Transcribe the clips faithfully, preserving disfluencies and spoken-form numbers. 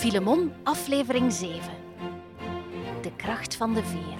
Filemon, aflevering zeven. De kracht van de veer.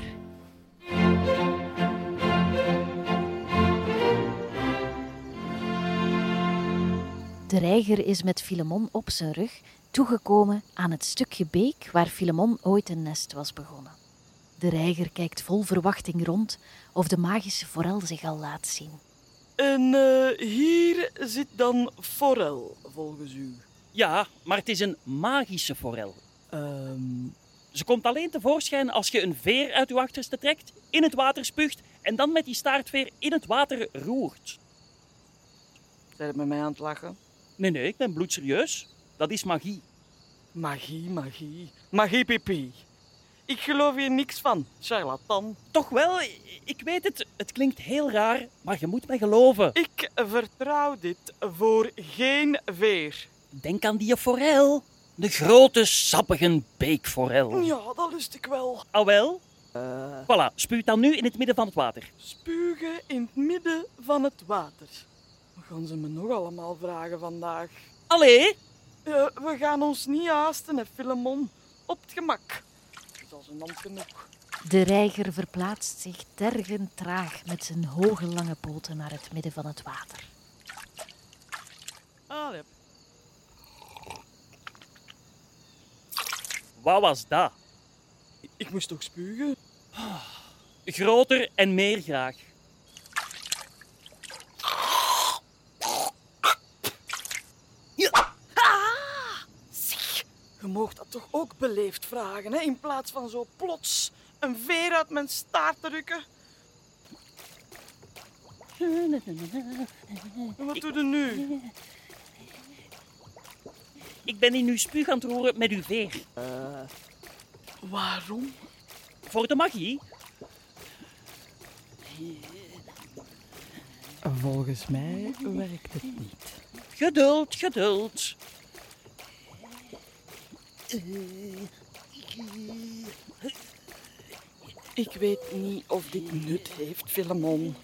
De reiger is met Filemon op zijn rug toegekomen aan het stukje beek waar Filemon ooit een nest was begonnen. De reiger kijkt vol verwachting rond of de magische forel zich al laat zien. En uh, hier zit dan forel, volgens u. Ja, maar het is een magische forel. Um... Ze komt alleen tevoorschijn als je een veer uit je achterste trekt, in het water spuugt en dan met die staartveer in het water roert. Zijn je met mij aan het lachen? Nee, nee, ik ben bloedserieus. Dat is magie. Magie, magie. Magie, pipi. Ik geloof hier niks van, charlatan. Toch wel, ik weet het, het klinkt heel raar, maar je moet mij geloven. Ik vertrouw dit voor geen veer. Denk aan die forel. De grote, sappige beekforel. Ja, dat lust ik wel. Al wel? Uh... Voilà, spuug dan nu in het midden van het water. Spugen in het midden van het water. Wat gaan ze me nog allemaal vragen vandaag? Allee? Uh, we gaan ons niet haasten, hè, Filemon. Op het gemak. Dat is al zijn hand genoeg. De reiger verplaatst zich tergend traag met zijn hoge lange poten naar het midden van het water. Ah, ja. Wat was dat? Ik moest toch spugen? Groter en meer graag. Ja. Ah, zie, je mag dat toch ook beleefd vragen, hè? In plaats van zo plots een veer uit mijn staart te rukken. En wat doe je nu? Ik ben in uw spuug aan het roeren met uw veer. Uh, waarom? Voor de magie. Volgens mij werkt het niet. Geduld, geduld. Ik weet niet of dit nut heeft, Filemon.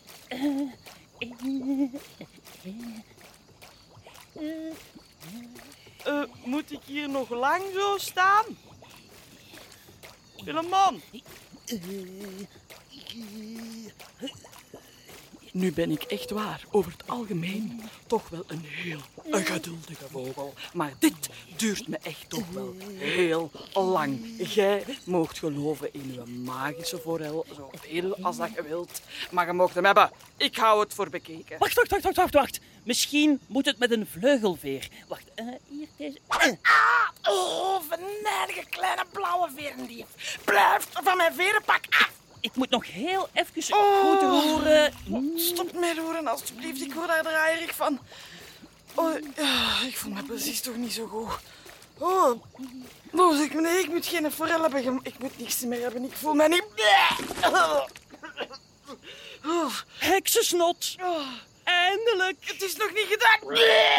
Uh, moet ik hier nog lang zo staan? Filemon! Nu ben ik echt waar, over het algemeen, toch wel een heel een geduldige vogel. Maar dit duurt me echt toch wel heel lang. Jij moogt geloven in uw magische forel, zoveel als dat je wilt. Maar je moogt hem hebben. Ik hou het voor bekeken. Wacht, wacht, wacht, wacht, wacht, wacht. Misschien moet het met een vleugelveer. Wacht, uh, hier, deze. Uh. Ah, oh, venijnige kleine blauwe verendief. Blijf van mijn verenpak af. Ik moet nog heel even oh, goed roeren. Stop met roeren, alstublieft. Ik word daar draaierig van. Oh, ja, ik voel me precies toch niet zo goed. Oh, oh ik, nee, ik moet geen forel hebben. Ik moet niks meer hebben. Ik voel me niet... Oh. Heksensnot. Oh. Eindelijk. Het is nog niet gedaan.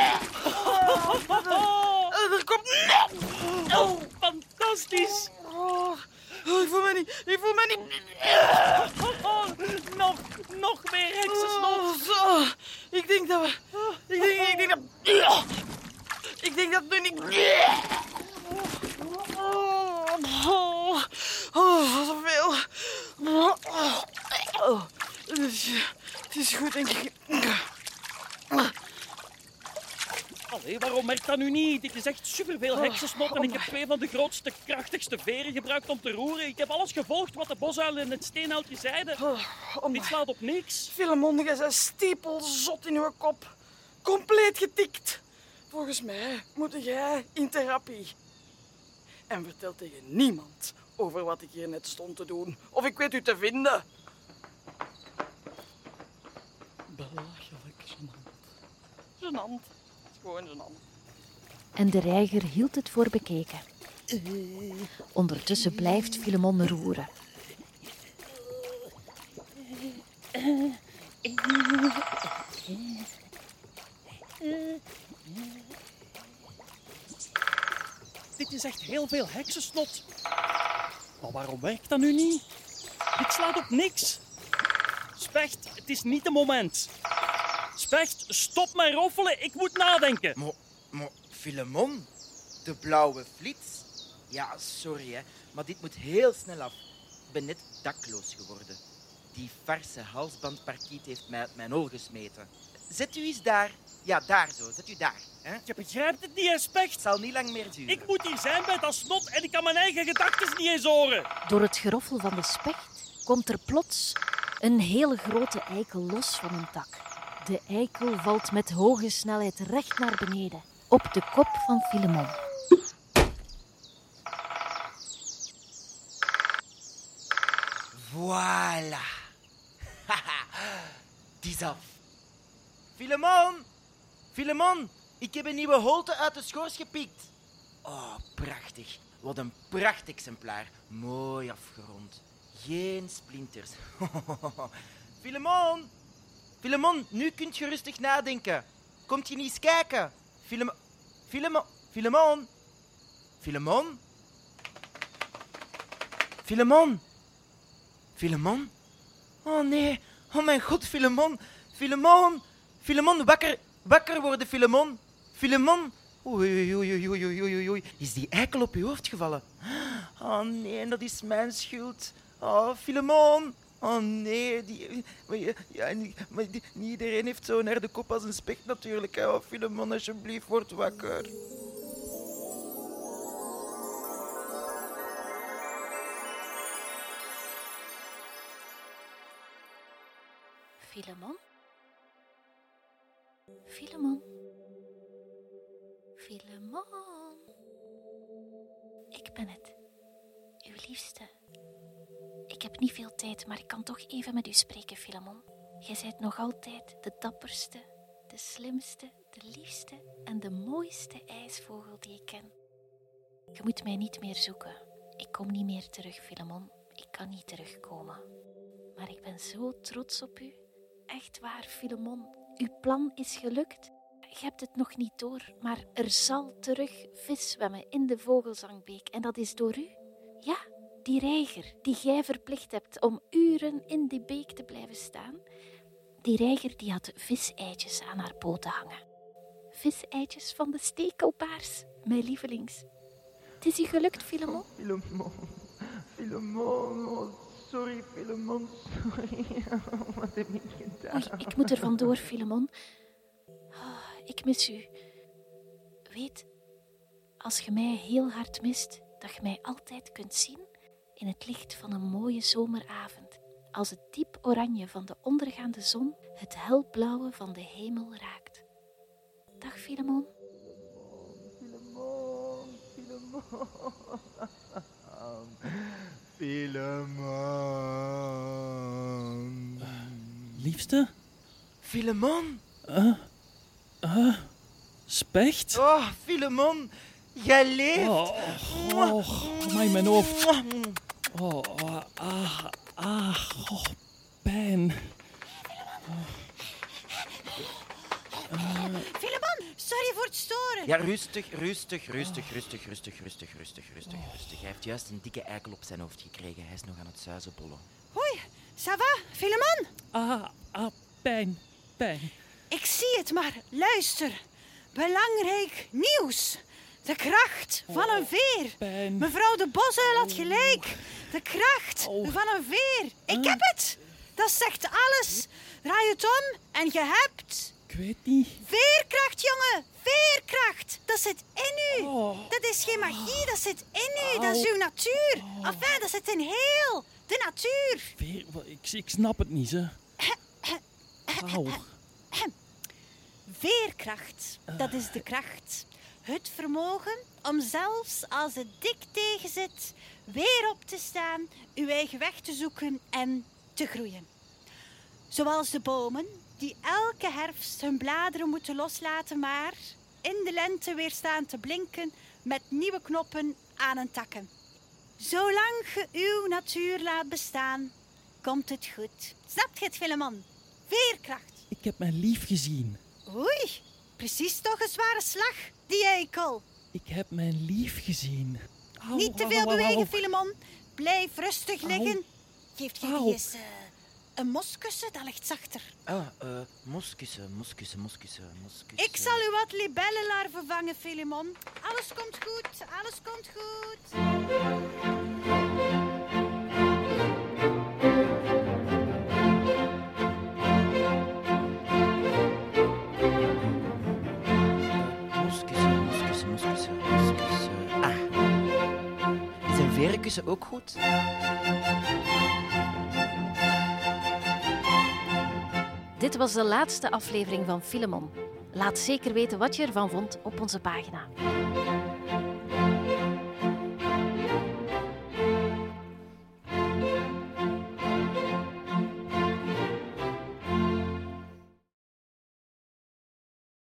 Oh. Er komt... Oh, fantastisch. Oh. Oh, ik voel me niet, ik voel me niet. Oh, nog, nog meer heksensnot. Oh, zo. Ik denk dat we, ik denk, ik denk dat, ik denk dat nu niet. Oh, oh, zoveel. Oh, het is, het is goed, denk ik. Allee, waarom merkt dat nu niet? Dit is echt superveel heksensnot en ik heb twee van de grootste, krachtigste veren gebruikt om te roeren. Ik heb alles gevolgd wat de bosuil en het steenuiltje zeiden. Oh, Dit slaat op niks. Filemon, je bent stiepelzot in uw kop. Compleet getikt. Volgens mij moet jij in therapie. En vertel tegen niemand over wat ik hier net stond te doen. Of ik weet u te vinden. Belachelijk gênant. Gênant. Gewoon gênant. En de reiger hield het voor bekeken. Ondertussen blijft Filemon roeren. Dit is echt heel veel heksensnot. Maar waarom werkt dat nu niet? Dit slaat op niks. Specht, het is niet het moment. Specht, stop met roffelen. Ik moet nadenken. Maar, maar Filemon, de blauwe flits, Ja, sorry, hè, maar dit moet heel snel af. Ik ben net dakloos geworden. Die farse halsbandparkiet heeft mij uit mijn hol gesmeten. Zet u eens daar. Ja, daar zo. Zet u daar. Hè? Je begrijpt het niet, hè, Specht? Het zal niet lang meer duren. Ik moet hier zijn bij dat snot en ik kan mijn eigen gedachten niet eens horen. Door het geroffel van de specht komt er plots een hele grote eikel los van een tak. De eikel valt met hoge snelheid recht naar beneden, op de kop van Filemon. Voilà. Haha, die is af. Filemon! Filemon, ik heb een nieuwe holte uit de schors gepikt. Oh, prachtig. Wat een prachtig exemplaar. Mooi afgerond. Geen splinters. Filemon! Filemon, nu kunt je rustig nadenken. Komt je niet eens kijken? Filemon... Filemon... Filemon? Filemon? Filemon? Filemon? Oh nee, oh mijn god, Filemon. Filemon, Filemon, wakker, wakker worden, Filemon. Filemon. Oei, oei, oei, oei, oei, oei, oei. Is die eikel op je hoofd gevallen? Oh nee, dat is mijn schuld. Oh, Filemon. Oh nee, die, maar, ja, maar die, niet iedereen heeft zo naar de kop als een specht natuurlijk. Hè. Oh, Filemon, alsjeblieft, word wakker. Filemon? Filemon? Filemon? Ik ben het, uw liefste. Ik heb niet veel tijd, maar ik kan toch even met u spreken, Filemon. Jij bent nog altijd de dapperste, de slimste, de liefste en de mooiste ijsvogel die ik ken. Je moet mij niet meer zoeken. Ik kom niet meer terug, Filemon. Ik kan niet terugkomen. Maar ik ben zo trots op u. Echt waar, Filemon. Uw plan is gelukt. Je hebt het nog niet door, maar er zal terug vis zwemmen in de Vogelzangbeek. En dat is door u. Ja, die reiger die jij verplicht hebt om uren in die beek te blijven staan. Die reiger die had viseitjes aan haar poten hangen. Viseitjes van de stekelbaars, mijn lievelings. Het is u gelukt, Filemon. Filemon, Filemon, oh, sorry, Filemon, sorry. Wat heb ik gedaan? Oei, ik moet er vandoor, Filemon. Oh, ik mis u. Weet, als je mij heel hard mist, dat je mij altijd kunt zien in het licht van een mooie zomeravond, als het diep oranje van de ondergaande zon het helblauwe van de hemel raakt. Dag, Filemon. Filemon, Filemon, Filemon. Liefste? Filemon? Uh, uh, specht? Oh, Filemon, jij leeft. Oh, oh, oh, amai, mijn hoofd. Oh, oh, ah, ah, oh, pijn. Filemon, sorry voor het storen. Ja, rustig, rustig, rustig, rustig, rustig, rustig, rustig, rustig, rustig. Hij heeft juist een dikke eikel op zijn hoofd gekregen. Hij is nog aan het zuizenbollen. Hoi, ça va, Filemon? Ah, ah, pijn, pijn. Ik zie het, maar luister. Belangrijk nieuws. De kracht van een veer. Pijn. Mevrouw de Bosuil had gelijk. De kracht Oh. van een veer. Ik Huh? heb het. Dat zegt alles. Draai het om en je hebt... Ik weet niet. Veerkracht, jongen. Veerkracht. Dat zit in u. Oh. Dat is geen magie, dat zit in u. Dat is Au. uw natuur. Enfin, dat zit in heel de natuur. Veer, wat, ik, ik snap het niet, hè. Auw. Veerkracht, dat is de kracht. Het vermogen om zelfs als het dik tegen zit, weer op te staan, uw eigen weg te zoeken en te groeien. Zoals de bomen die elke herfst hun bladeren moeten loslaten, maar in de lente weer staan te blinken met nieuwe knoppen aan hun takken. Zolang je uw natuur laat bestaan, komt het goed. Snapt je het, Filemon? Veerkracht. Ik heb mijn lief gezien. Oei, precies toch een zware slag, die eikel. Ik heb mijn lief gezien. Auw, Niet te auw, veel auw, bewegen, auw. Filemon. Blijf rustig Au. liggen. Geeft je Au. die eens eh, Een moskussen, dat ligt zachter. Ah, uh, moskussen, moskussen, moskussen, moskussen. Ik zal u wat libellenlarven vangen, Filemon. Alles komt goed, alles komt goed. Moskussen, moskussen, moskussen, moskussen. Ah. Is een verenkussen ook goed? Dit was de laatste aflevering van Filemon. Laat zeker weten wat je ervan vond op onze pagina.